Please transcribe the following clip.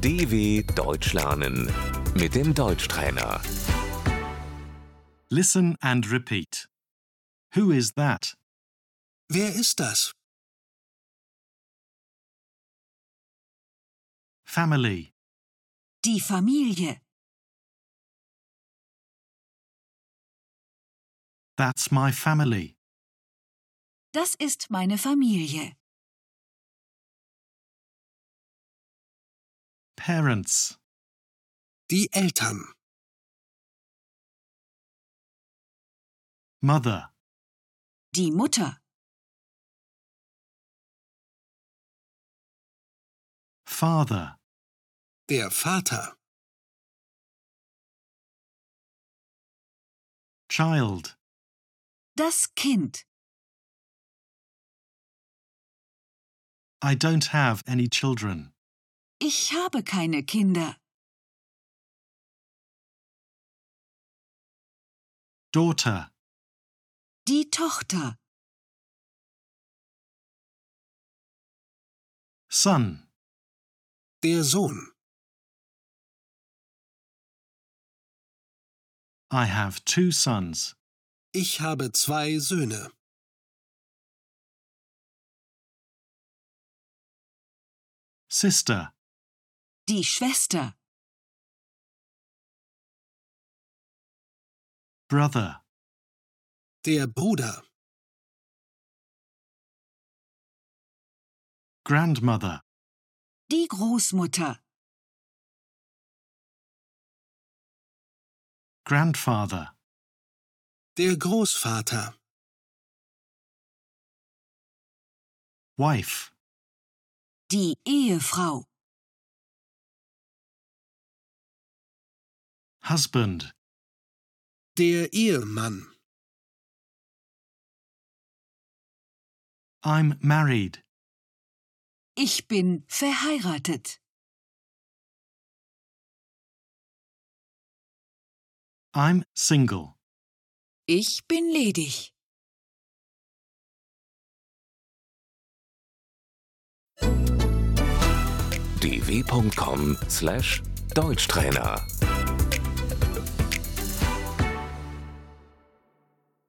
DW Deutsch lernen mit dem Deutschtrainer. Listen and repeat. Who is that? Wer ist das? Family. Die Familie. That's my family. Das ist meine Familie. Parents. Die Eltern. Mother. Die Mutter. Father. Der Vater. Child. Das Kind. I don't have any children. Ich habe keine Kinder. Daughter. Die Tochter. Son. Der Sohn. I have 2 sons. Ich habe 2 Söhne. Sister. Die Schwester. Brother. Der Bruder. Grandmother. Die Großmutter. Grandfather. Der Großvater. Wife. Die Ehefrau. Husband. Der Ehemann. I'm married. Ich bin verheiratet. I'm single. Ich bin ledig. dw.com/Deutschtrainer